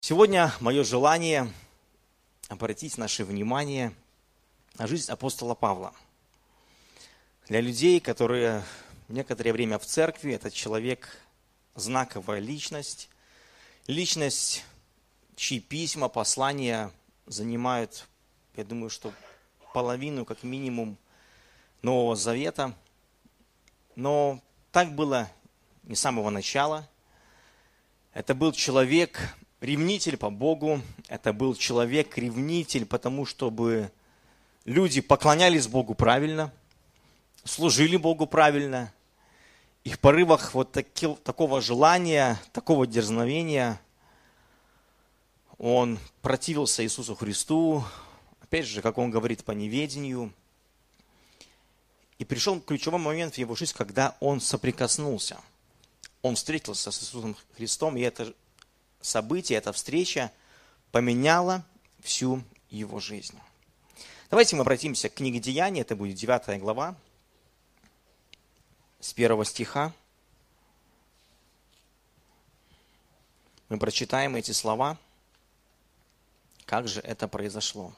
Сегодня мое желание обратить наше внимание на жизнь апостола Павла. Для людей, которые некоторое время в церкви, этот человек – знаковая личность, личность, чьи письма, послания занимают, я думаю, что половину, как минимум, Нового Завета. Но так было не с самого начала. Это был человек, ревнитель по Богу, это был человек-ревнитель, потому чтобы люди поклонялись Богу правильно, служили Богу правильно. И в порывах такого желания, такого дерзновения он противился Иисусу Христу, опять же, как он говорит, по неведению. И пришел ключевой момент в его жизни, когда он соприкоснулся. Он встретился с Иисусом Христом, и это событие, эта встреча поменяла всю его жизнь. Давайте мы обратимся к книге Деяний, это будет 9 глава, с 1 стиха. Мы прочитаем эти слова, как же это произошло.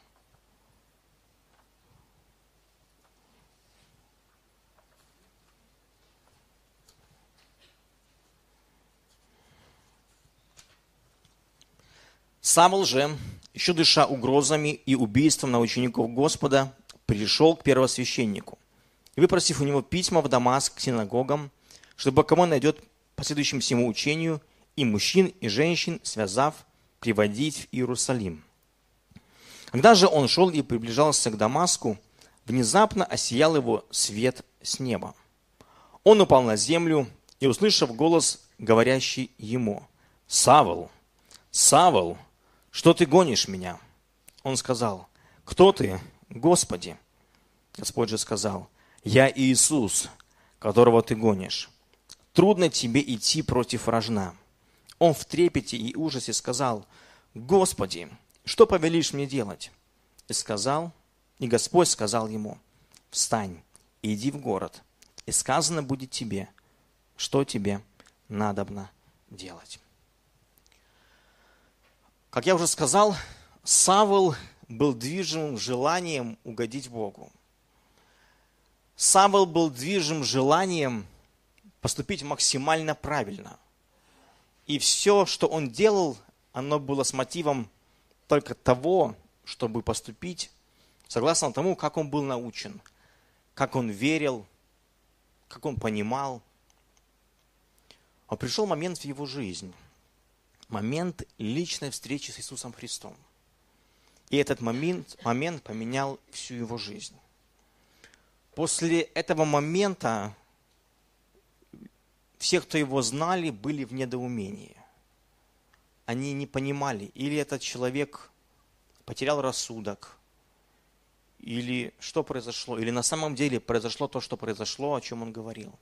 Савл же, еще дыша угрозами и убийством на учеников Господа, пришел к первосвященнику и, выпросив у него письма в Дамаск к синагогам, чтобы кому найдет по следующему всему учению, и мужчин, и женщин, связав, приводить в Иерусалим. Когда же он шел и приближался к Дамаску, внезапно осиял его свет с неба. Он упал на землю и, услышав голос, говорящий ему: «Савл, Савл, что ты гонишь меня?» Он сказал: «Кто ты, Господи?» Господь же сказал: «Я Иисус, которого ты гонишь. Трудно тебе идти против рожна». Он в трепете и ужасе сказал: «Господи, что повелишь мне делать?» И Господь сказал ему: «Встань и иди в город, и сказано будет тебе, что тебе надобно делать». Как я уже сказал, Савл был движим желанием угодить Богу. Савл был движим желанием поступить максимально правильно. И все, что он делал, оно было с мотивом только того, чтобы поступить согласно тому, как он был научен, как он верил, как он понимал. А пришел момент в его жизни, момент личной встречи с Иисусом Христом. И этот момент поменял всю его жизнь. После этого момента все, кто его знали, были в недоумении. Они не понимали, или этот человек потерял рассудок, или что произошло, или на самом деле произошло то, что произошло, о чем он говорил.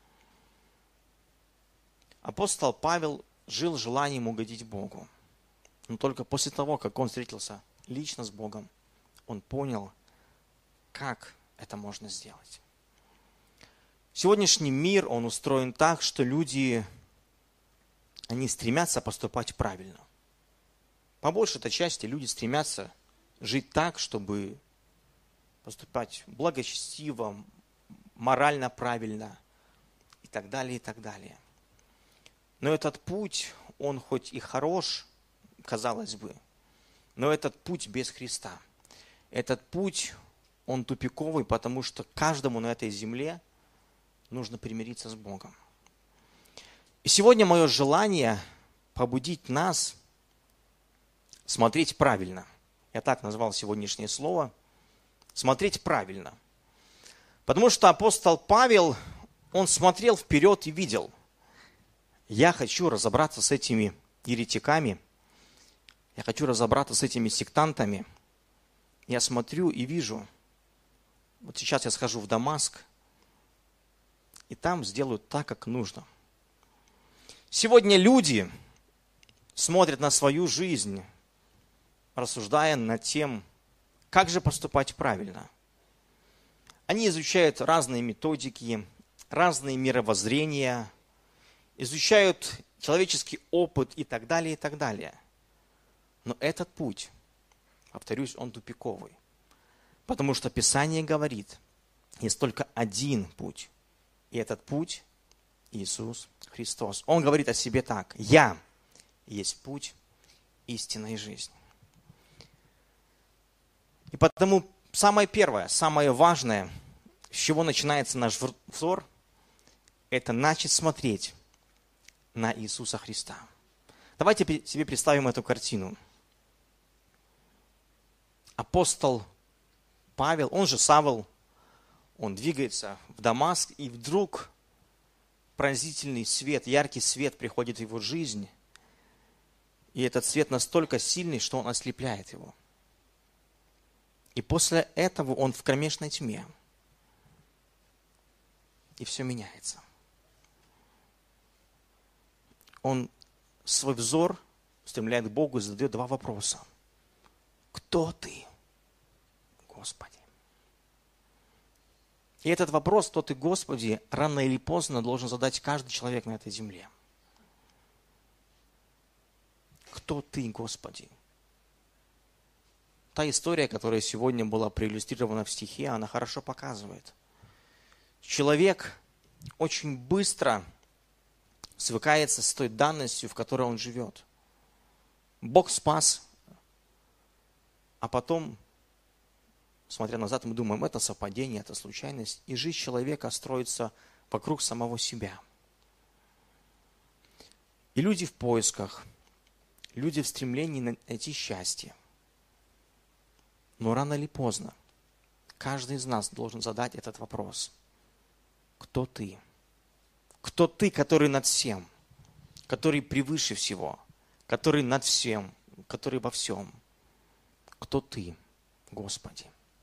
Апостол Павел жил желанием угодить Богу. Но только после того, как он встретился лично с Богом, он понял, как это можно сделать. Сегодняшний мир, он устроен так, что люди, они стремятся поступать правильно. По большей части люди стремятся жить так, чтобы поступать благочестиво, морально правильно и так далее, и так далее. Но этот путь, он хоть и хорош, казалось бы, но этот путь без Христа. Этот путь, он тупиковый, потому что каждому на этой земле нужно примириться с Богом. И сегодня мое желание побудить нас смотреть правильно. Я так назвал сегодняшнее слово. Смотреть правильно. Потому что апостол Павел, он смотрел вперед и видел: я хочу разобраться с этими еретиками, я хочу разобраться с этими сектантами. Я смотрю и вижу, вот сейчас я схожу в Дамаск, и там сделают так, как нужно. Сегодня люди смотрят на свою жизнь, рассуждая над тем, как же поступать правильно. Они изучают разные методики, разные мировоззрения, изучают человеческий опыт и так далее, и так далее. Но этот путь, повторюсь, он тупиковый. Потому что Писание говорит, есть только один путь. И этот путь – Иисус Христос. Он говорит о себе так: «Я есть путь, истина и жизнь». И потому самое первое, самое важное, с чего начинается наш взор, это начать смотреть на Иисуса Христа. Давайте себе представим эту картину. Апостол Павел, он же Савл, он двигается в Дамаск, и вдруг пронзительный свет, яркий свет приходит в его жизнь, и этот свет настолько сильный, что он ослепляет его. И после этого он в кромешной тьме. И все меняется. Он свой взор устремляет к Богу и задает два вопроса. Кто ты, Господи? И этот вопрос, кто ты, Господи, рано или поздно должен задать каждый человек на этой земле. Кто ты, Господи? Та история, которая сегодня была проиллюстрирована в стихе, она хорошо показывает. Человек очень быстро свыкается с той данностью, в которой он живет. Бог спас, а потом, смотря назад, мы думаем, это совпадение, это случайность. И жизнь человека строится вокруг самого себя. И люди в поисках, люди в стремлении найти счастье. Но рано или поздно каждый из нас должен задать этот вопрос. Кто ты? Кто ты, который над всем, который превыше всего, который над всем, который во всем? Кто ты, Господи?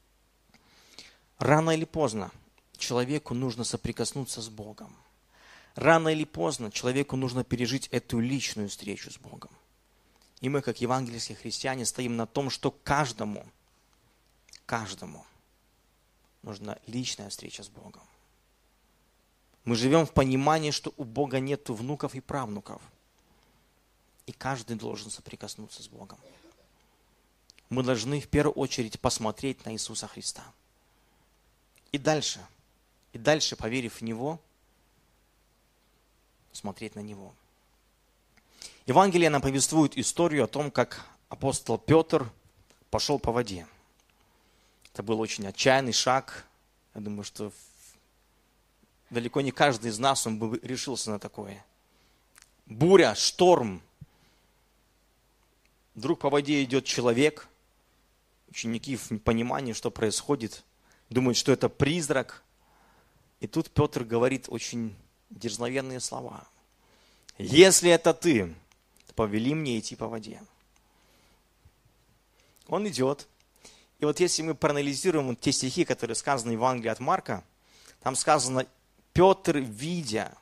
Рано или поздно человеку нужно соприкоснуться с Богом. Рано или поздно человеку нужно пережить эту личную встречу с Богом. И мы, как евангельские христиане, стоим на том, что каждому нужна личная встреча с Богом. Мы живем в понимании, что у Бога нет внуков и правнуков. И каждый должен соприкоснуться с Богом. Мы должны в первую очередь посмотреть на Иисуса Христа. И дальше, поверив в Него, смотреть на Него. Евангелие нам повествует историю о том, как апостол Петр пошел по воде. Это был очень отчаянный шаг. Я думаю, что далеко не каждый из нас он бы решился на такое. Буря, шторм. Вдруг по воде идет человек. Ученики в непонимании, что происходит, думают, что это призрак. И тут Петр говорит очень дерзновенные слова. Если это ты, то повели мне идти по воде. Он идет. И вот если мы проанализируем те стихи, которые сказаны в Евангелии от Марка, там сказано, Петр, видя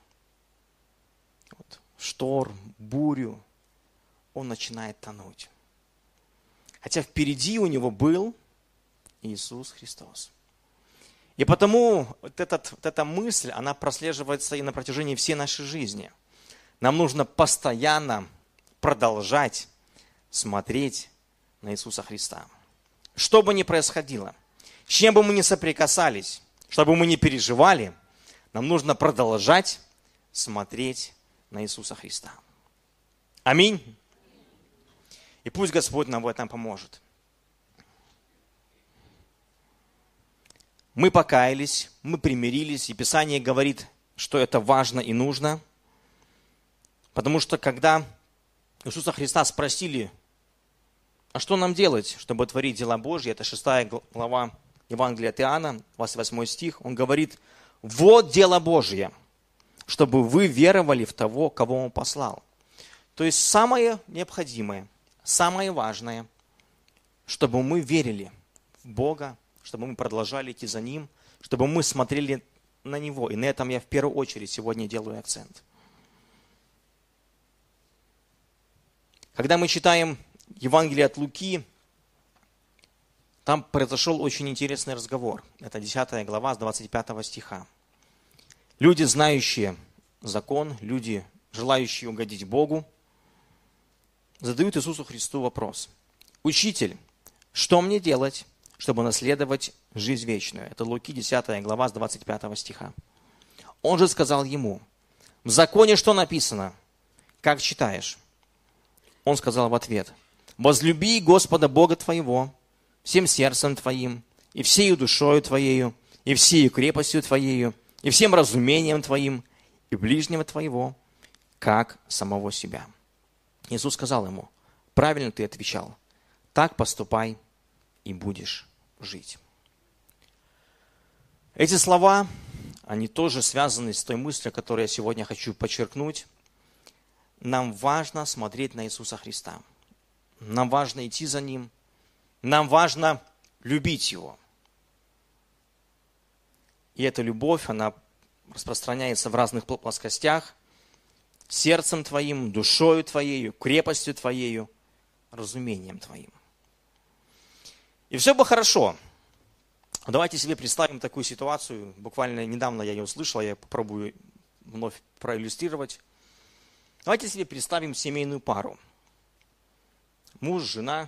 шторм, бурю, он начинает тонуть. Хотя впереди у него был Иисус Христос. И потому вот эта мысль, она прослеживается и на протяжении всей нашей жизни. Нам нужно постоянно продолжать смотреть на Иисуса Христа. Что бы ни происходило, с чем бы мы ни соприкасались, что бы мы ни переживали, нам нужно продолжать смотреть на Иисуса Христа. Аминь. И пусть Господь нам в этом поможет. Мы покаялись, мы примирились, и Писание говорит, что это важно и нужно. Потому что когда Иисуса Христа спросили, а что нам делать, чтобы творить дела Божьи, это 6 глава Евангелия от Иоанна, 28 стих, он говорит, вот дело Божье, чтобы вы веровали в того, кого Он послал. То есть самое необходимое, самое важное, чтобы мы верили в Бога, чтобы мы продолжали идти за Ним, чтобы мы смотрели на Него. И на этом я в первую очередь сегодня делаю акцент. Когда мы читаем Евангелие от Луки, там произошел очень интересный разговор. Это 10 глава с 25 стиха. Люди, знающие закон, люди, желающие угодить Богу, задают Иисусу Христу вопрос. «Учитель, что мне делать, чтобы наследовать жизнь вечную?» Это Луки 10 глава с 25 стиха. Он же сказал ему, «В законе что написано? Как читаешь?» Он сказал в ответ, «Возлюби Господа Бога твоего всем сердцем твоим, и всею душою твоею, и всею крепостью твоею, и всем разумением твоим, и ближнего твоего, как самого себя». Иисус сказал ему, «Правильно ты отвечал, так поступай, и будешь жить». Эти слова, они тоже связаны с той мыслью, которую я сегодня хочу подчеркнуть. Нам важно смотреть на Иисуса Христа. Нам важно идти за Ним. Нам важно любить Его. И эта любовь, она распространяется в разных плоскостях. Сердцем твоим, душою твоею, крепостью твоею, разумением твоим. И все бы хорошо. Давайте себе представим такую ситуацию. Буквально недавно я ее услышал, я попробую вновь проиллюстрировать. Давайте себе представим семейную пару. Муж, жена,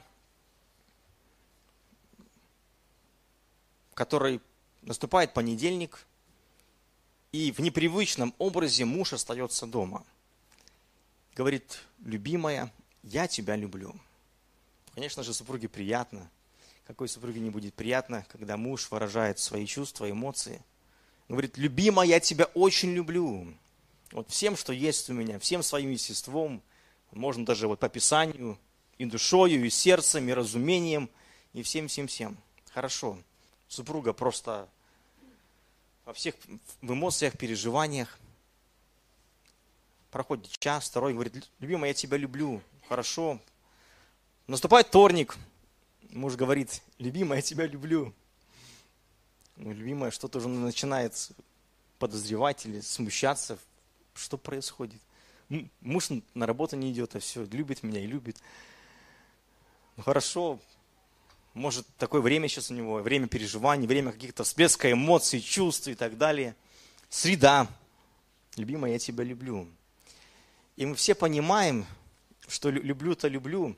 в которой наступает понедельник, и в непривычном образе муж остается дома. Говорит, любимая, я тебя люблю. Конечно же, супруге приятно. Какой супруге не будет приятно, когда муж выражает свои чувства, эмоции. Говорит, любимая, я тебя очень люблю. Вот всем, что есть у меня, всем своим естеством, можно даже вот по Писанию, и душою, и сердцем, и разумением, и всем-всем-всем. Хорошо. Супруга просто во всех в эмоциях, переживаниях. Проходит час, второй, говорит, любимая, я тебя люблю. Хорошо. Наступает вторник. Муж говорит, любимая, я тебя люблю. Ну, любимая что-то уже начинает подозревать или смущаться. Что происходит? Муж на работу не идет, а все, любит меня и любит. Ну хорошо, может такое время сейчас у него, время переживаний, время каких-то всплесков эмоций, чувств и так далее. Среда. Любимая, я тебя люблю. И мы все понимаем, что люблю-то люблю,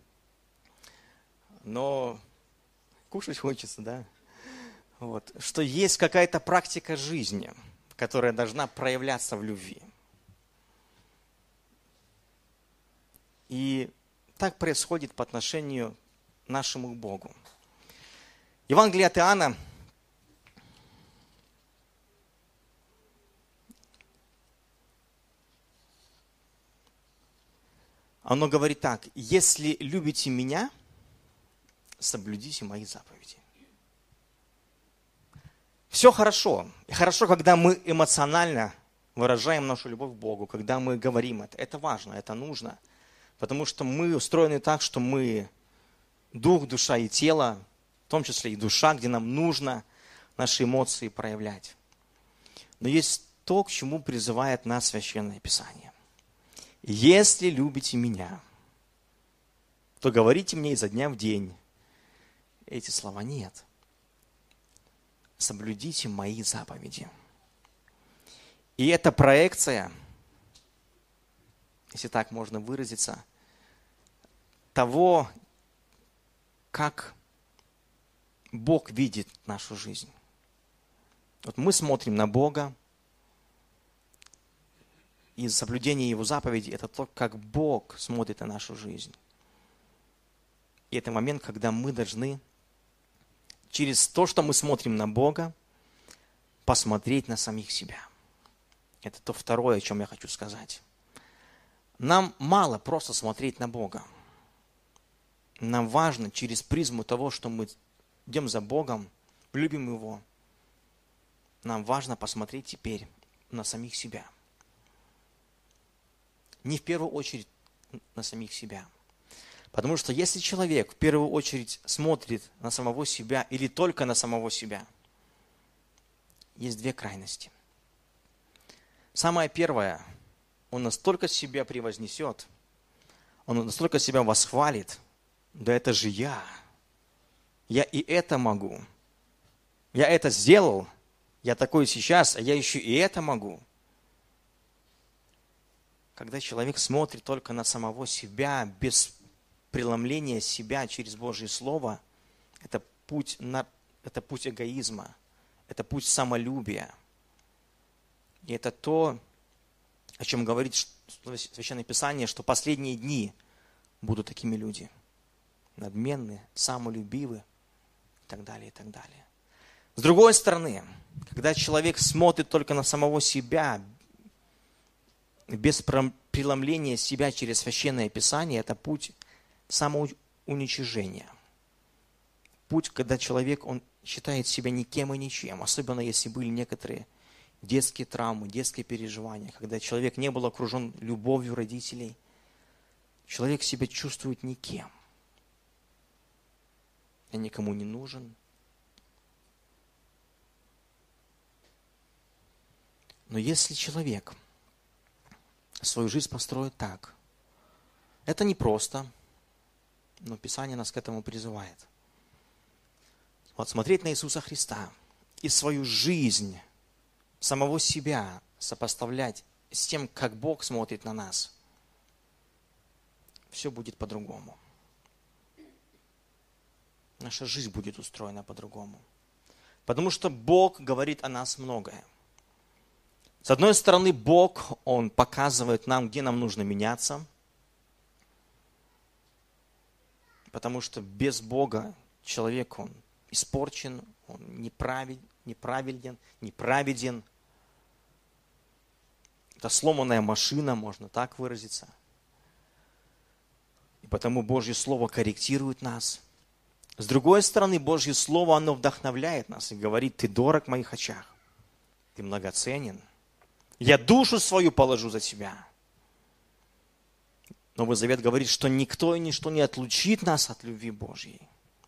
но кушать хочется, да? Вот. Что есть какая-то практика жизни, которая должна проявляться в любви. И так происходит по отношению к нашему Богу. Евангелие от Иоанна, оно говорит так, если любите меня, соблюдите мои заповеди. Все хорошо. И хорошо, когда мы эмоционально выражаем нашу любовь к Богу, когда мы говорим это. Это важно, это нужно. Потому что мы устроены так, что мы дух, душа и тело, в том числе и душа, где нам нужно наши эмоции проявлять. Но есть то, к чему призывает нас Священное Писание. Если любите меня, то говорите мне изо дня в день. Эти слова нет. Соблюдите мои заповеди. И эта проекция, если так можно выразиться, того, как Бог видит нашу жизнь. Вот мы смотрим на Бога, и соблюдение Его заповедей – это то, как Бог смотрит на нашу жизнь. И это момент, когда мы должны через то, что мы смотрим на Бога, посмотреть на самих себя. Это то второе, о чем я хочу сказать. Нам мало просто смотреть на Бога. Нам важно через призму того, что мы идем за Богом, любим Его. Нам важно посмотреть теперь на самих себя. Не в первую очередь на самих себя. Потому что если человек в первую очередь смотрит на самого себя или только на самого себя, есть две крайности. Самое первое, он настолько себя превознесет, он настолько себя восхвалит, да это же я и это могу, я это сделал, я такой сейчас, а я еще и это могу. Когда человек смотрит только на самого себя, без преломление себя через Божье Слово – это путь эгоизма, это путь самолюбия. И это то, о чем говорит Священное Писание, что последние дни будут такими люди. Надменные, самолюбивы и так далее, и так далее. С другой стороны, когда человек смотрит только на самого себя, без преломления себя через Священное Писание, это путь самоуничижения. Путь, когда человек, он считает себя никем и ничем, особенно если были некоторые детские травмы, детские переживания, когда человек не был окружен любовью родителей, человек себя чувствует никем. Я никому не нужен. Но если человек свою жизнь построит так, это непросто, но Писание нас к этому призывает. Вот смотреть на Иисуса Христа и свою жизнь, самого себя сопоставлять с тем, как Бог смотрит на нас, все будет по-другому. Наша жизнь будет устроена по-другому. Потому что Бог говорит о нас многое. С одной стороны, Бог, Он показывает нам, где нам нужно меняться. Потому что без Бога человек, он испорчен, он неправеден. Это сломанная машина, можно так выразиться. И потому Божье Слово корректирует нас. С другой стороны, Божье Слово, оно вдохновляет нас и говорит: ты дорог в моих очах, ты многоценен. Я душу свою положу за тебя. Новый Завет говорит, что никто и ничто не отлучит нас от любви Божьей.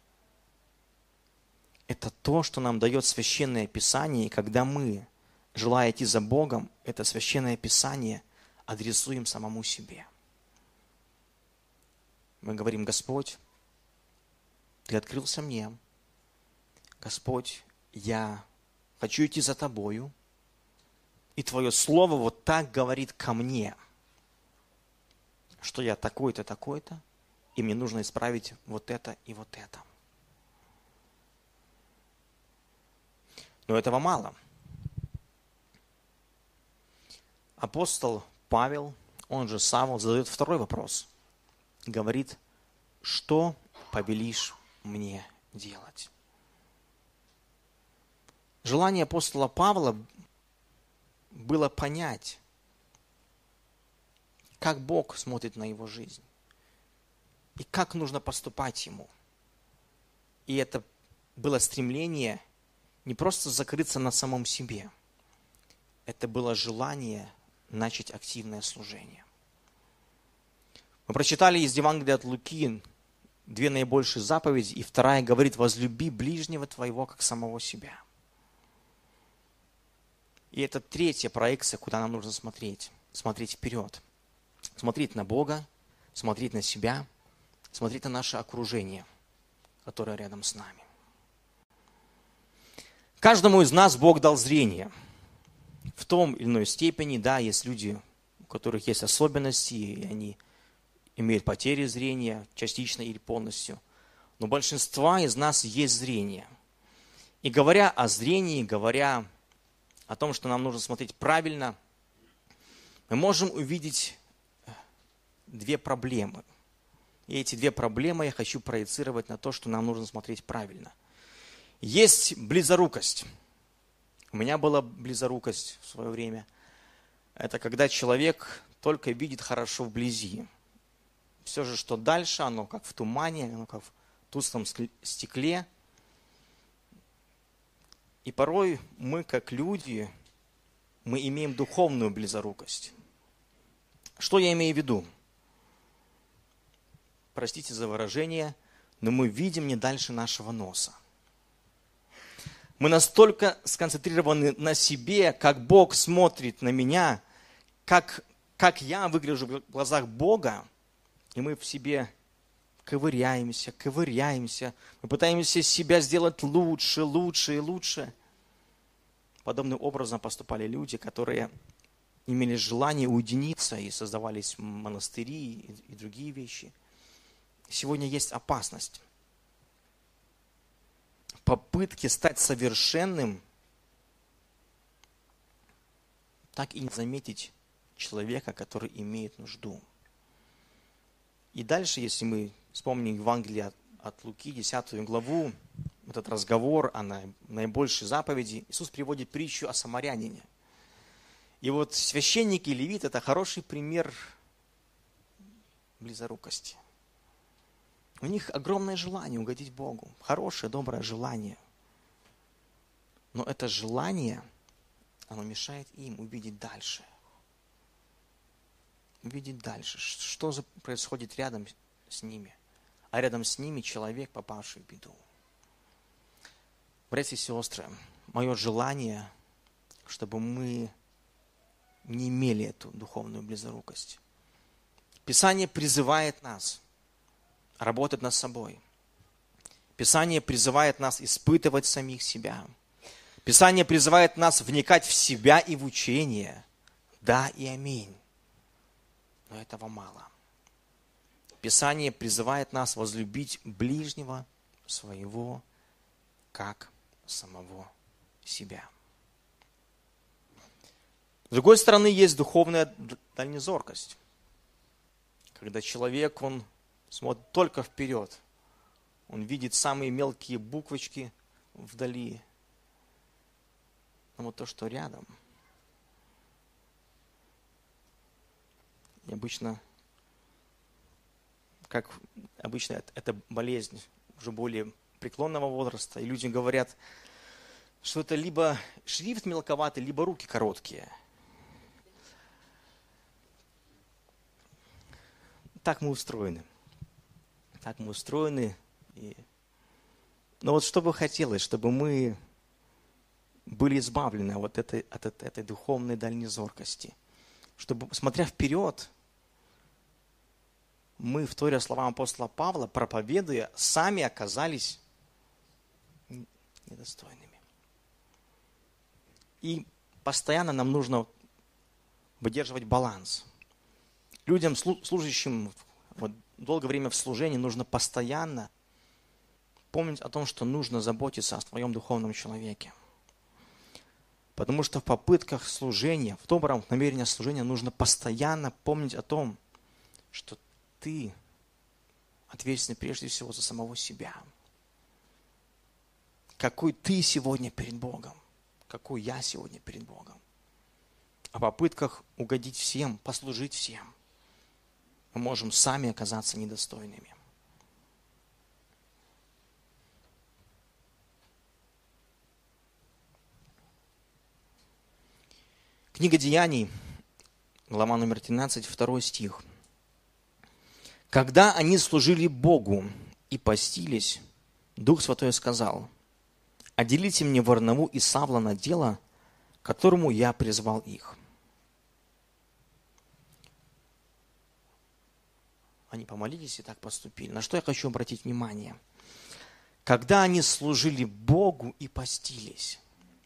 Это то, что нам дает Священное Писание, и когда мы, желая идти за Богом, это Священное Писание адресуем самому себе. Мы говорим: Господь, Ты открылся мне. Господь, я хочу идти за Тобою. И Твое Слово вот так говорит ко мне, что я такой-то, такой-то, и мне нужно исправить вот это и вот это. Но этого мало. Апостол Павел, он же Савл, задает второй вопрос. Говорит: что повелишь мне делать? Желание апостола Павла было понять, как Бог смотрит на его жизнь и как нужно поступать ему. И это было стремление не просто закрыться на самом себе, это было желание начать активное служение. Мы прочитали из Евангелия от Луки 2 наибольшие заповеди, и 2 говорит: возлюби ближнего твоего, как самого себя. И это 3-я проекция, куда нам нужно смотреть вперед. Смотреть на Бога, смотреть на себя, смотреть на наше окружение, которое рядом с нами. Каждому из нас Бог дал зрение. В том или иной степени, да, есть люди, у которых есть особенности, и они имеют потери зрения, частично или полностью. Но у большинства из нас есть зрение. И говоря о зрении, говоря о том, что нам нужно смотреть правильно, мы можем увидеть 2 проблемы. И эти 2 проблемы я хочу проецировать на то, что нам нужно смотреть правильно. Есть близорукость. У меня была близорукость в свое время. Это когда человек только видит хорошо вблизи. Все же, что дальше, оно как в тумане, оно как в тусклом стекле. И порой мы, как люди, мы имеем духовную близорукость. Что я имею в виду? Простите за выражение, но мы видим не дальше нашего носа. Мы настолько сконцентрированы на себе, как Бог смотрит на меня, как я выгляжу в глазах Бога, и мы в себе ковыряемся. Мы пытаемся себя сделать лучше и лучше. Подобным образом поступали люди, которые имели желание уединиться, и создавались монастыри и другие вещи. сегодня есть опасность. Попытки стать совершенным, так и не заметить человека, который имеет нужду. И дальше, если мы вспомним Евангелие от Луки, 10 главу, этот разговор о наибольшей заповеди, Иисус приводит притчу о самарянине. И вот священники и левит – это хороший пример близорукости. У них огромное желание угодить Богу, хорошее, доброе желание. Но это желание, оно мешает им увидеть дальше. Увидеть дальше, что происходит рядом с ними. А рядом с ними человек, попавший в беду. Братья и сестры, мое желание, чтобы мы не имели эту духовную близорукость. Писание призывает нас работать над собой. Писание призывает нас испытывать самих себя. Писание призывает нас вникать в себя и в учение. Да и аминь. Но этого мало. Писание призывает нас возлюбить ближнего своего, как самого себя. С другой стороны, есть духовная дальнезоркость. Когда человек, он смотрит только вперед. Он видит самые мелкие буквочки вдали. Но вот то, что рядом. И обычно, это болезнь уже более преклонного возраста. И люди говорят, что это либо шрифт мелковатый, либо руки короткие. Так мы устроены. Так мы устроены. Но вот что бы хотелось, чтобы мы были избавлены от этой духовной дальнезоркости. Чтобы, смотря вперед, мы, вторя словам апостола Павла, проповедуя, сами оказались недостойными. И постоянно нам нужно выдерживать баланс. Людям, служащим долгое время в служении, нужно постоянно помнить о том, что нужно заботиться о своем духовном человеке. Потому что в попытках служения, в добром намерении служения нужно постоянно помнить о том, что ты ответственный прежде всего за самого себя. Какой ты сегодня перед Богом, какой я сегодня перед Богом. О попытках угодить всем, послужить всем, мы можем сами оказаться недостойными. Книга Деяний, глава номер 13, 2 стих. «Когда они служили Богу и постились, Дух Святой сказал: отделите мне Варнаву и Савла на дело, которому я призвал их». Они помолились и так поступили. На что я хочу обратить внимание? Когда они служили Богу и постились.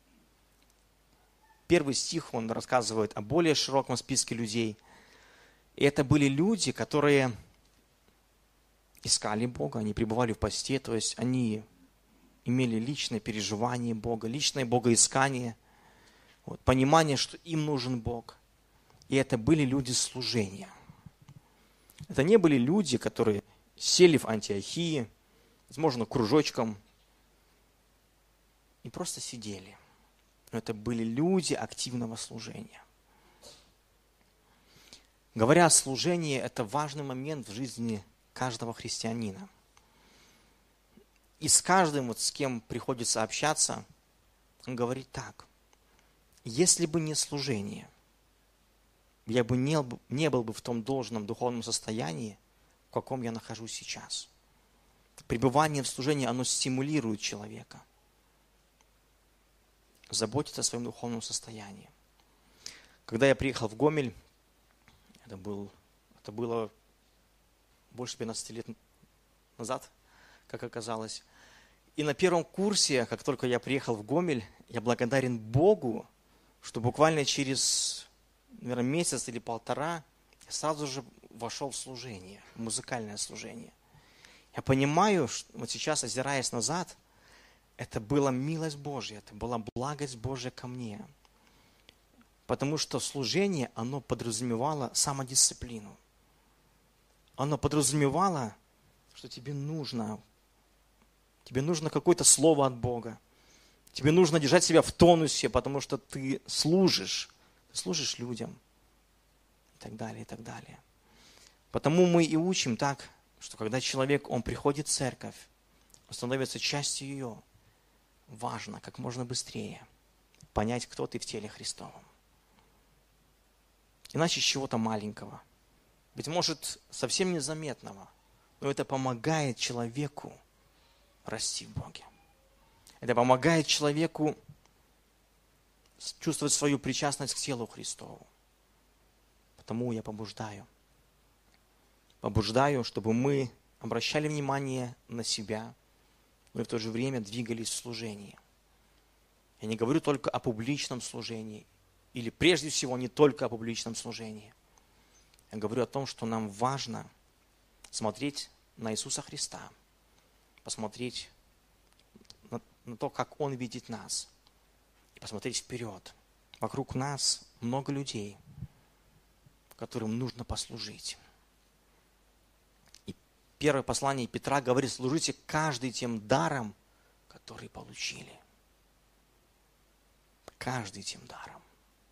Первый стих, он рассказывает о более широком списке людей. И это были люди, которые искали Бога, они пребывали в посте, то есть они имели личное переживание Бога, личное богоискание, понимание, что им нужен Бог. И это были люди служения. Это не были люди, которые сели в Антиохии, возможно, кружочком, и просто сидели. Но это были люди активного служения. Говоря о служении, это важный момент в жизни каждого христианина. И с каждым, с кем приходится общаться, он говорит так: если бы не служение, я бы не был бы в том должном духовном состоянии, в каком я нахожусь сейчас. Пребывание в служении, оно стимулирует человека заботиться о своем духовном состоянии. Когда я приехал в Гомель, это было больше 15 лет назад, как оказалось. И на первом курсе, как только я приехал в Гомель, я благодарен Богу, что буквально через, наверное, месяц или полтора я сразу же вошел в служение, в музыкальное служение. Я понимаю, что вот сейчас, озираясь назад, это была милость Божья, это была благость Божья ко мне. Потому что служение, оно подразумевало самодисциплину. Оно подразумевало, что тебе нужно какое-то слово от Бога. Тебе нужно держать себя в тонусе, потому что ты служишь людям. И так далее, и так далее. Потому мы и учим так, что когда человек, он приходит в церковь, он становится частью ее, важно как можно быстрее понять, кто ты в теле Христовом. Иначе с чего-то маленького. Быть может, совсем незаметного, но это помогает человеку расти в Боге. Это помогает человеку чувствовать свою причастность к телу Христову. Потому я побуждаю, чтобы мы обращали внимание на себя, но и в то же время двигались в служении. Я не говорю только о публичном служении, или прежде всего не только о публичном служении. Я говорю о том, что нам важно смотреть на Иисуса Христа, посмотреть на то, как Он видит нас, и посмотреть вперед. Вокруг нас много людей, которым нужно послужить. И первое послание Петра говорит: служите каждый тем даром, который получили. Каждый тем даром.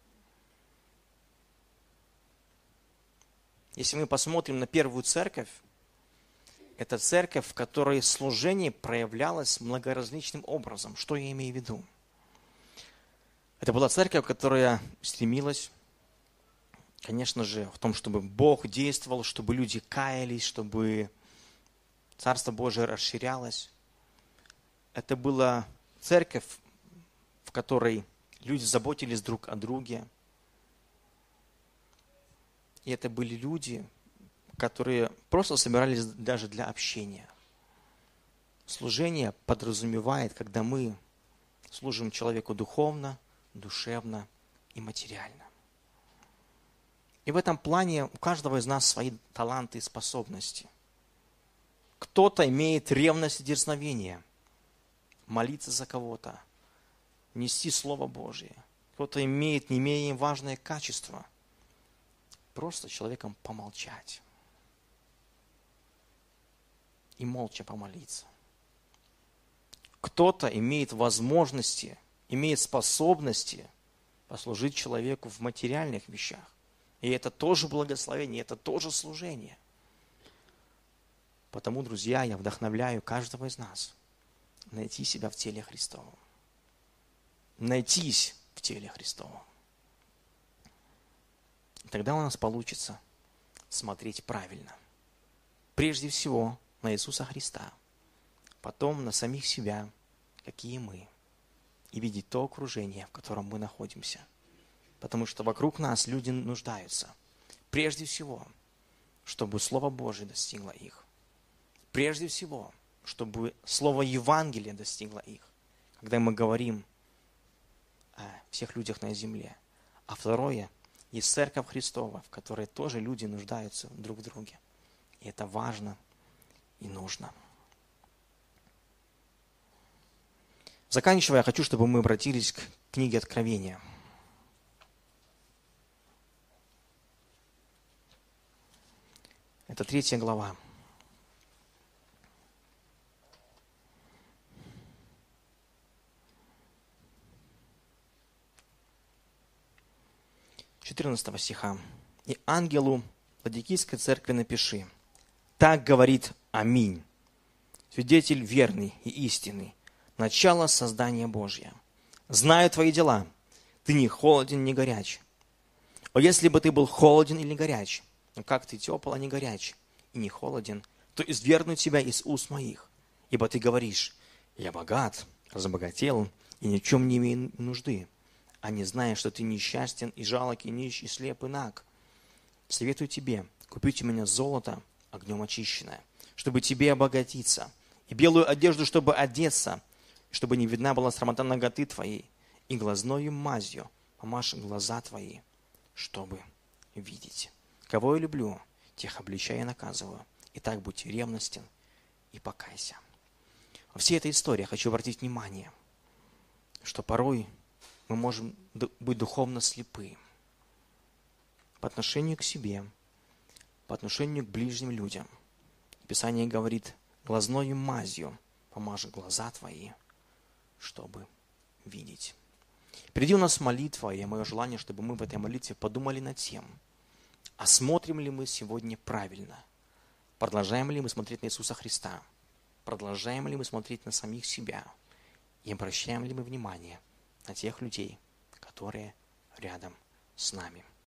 Если мы посмотрим на первую церковь, это церковь, в которой служение проявлялось многоразличным образом. Что я имею в виду? Это была церковь, которая стремилась, конечно же, в том, чтобы Бог действовал, чтобы люди каялись, чтобы Царство Божие расширялось. Это была церковь, в которой люди заботились друг о друге. И это были люди, которые просто собирались даже для общения. Служение подразумевает, когда мы служим человеку духовно, душевно и материально. И в этом плане у каждого из нас свои таланты и способности. Кто-то имеет ревность и дерзновение, молиться за кого-то, нести Слово Божие. Кто-то имеет не менее важное качество – просто человеком помолчать и молча помолиться. Кто-то имеет возможности, имеет способности послужить человеку в материальных вещах. И это тоже благословение, это тоже служение. Потому, друзья, я вдохновляю каждого из нас найти себя в теле Христовом. Найтись в теле Христовом. И тогда у нас получится смотреть правильно. Прежде всего на Иисуса Христа, потом на самих себя, какие мы, и видеть то окружение, в котором мы находимся. Потому что вокруг нас люди нуждаются. Прежде всего, чтобы Слово Божие достигло их. Прежде всего, чтобы Слово Евангелия достигло их. Когда мы говорим о всех людях на земле. А второе, есть Церковь Христова, в которой тоже люди нуждаются друг в друге. И это важно и нужно. Заканчивая, я хочу, чтобы мы обратились к книге Откровения. Это 3 глава. С 14 стиха. «И ангелу Ладикийской церкви напиши: так говорит Аминь, свидетель верный и истинный, начало создания Божьего. Знаю твои дела, ты не холоден, не горяч. О, если бы ты был холоден или горяч, но как ты тепл, а не горяч, и не холоден, то извергну тебя из уст моих. Ибо ты говоришь: я богат, разбогател, и ни в чем не имею нужды, а не зная, что ты несчастен, и жалок, и нищ, и слеп, и наг. Советую тебе купить у меня золото, огнем очищенное, чтобы тебе обогатиться, и белую одежду, чтобы одеться, чтобы не видна была срамота наготы твоей, и глазною мазью помажь глаза твои, чтобы видеть. Кого я люблю, тех обличаю и наказываю. Итак, будь ревностен и покайся. Во всей этой истории я хочу обратить внимание, что порой мы можем быть духовно слепы по отношению к себе, по отношению к ближним людям. Писание говорит: глазною мазью помажь глаза твои, чтобы видеть. Впереди у нас молитва, и мое желание, чтобы мы в этой молитве подумали над тем, а смотрим ли мы сегодня правильно, продолжаем ли мы смотреть на Иисуса Христа, продолжаем ли мы смотреть на самих себя, и обращаем ли мы внимание на тех людей, которые рядом с нами.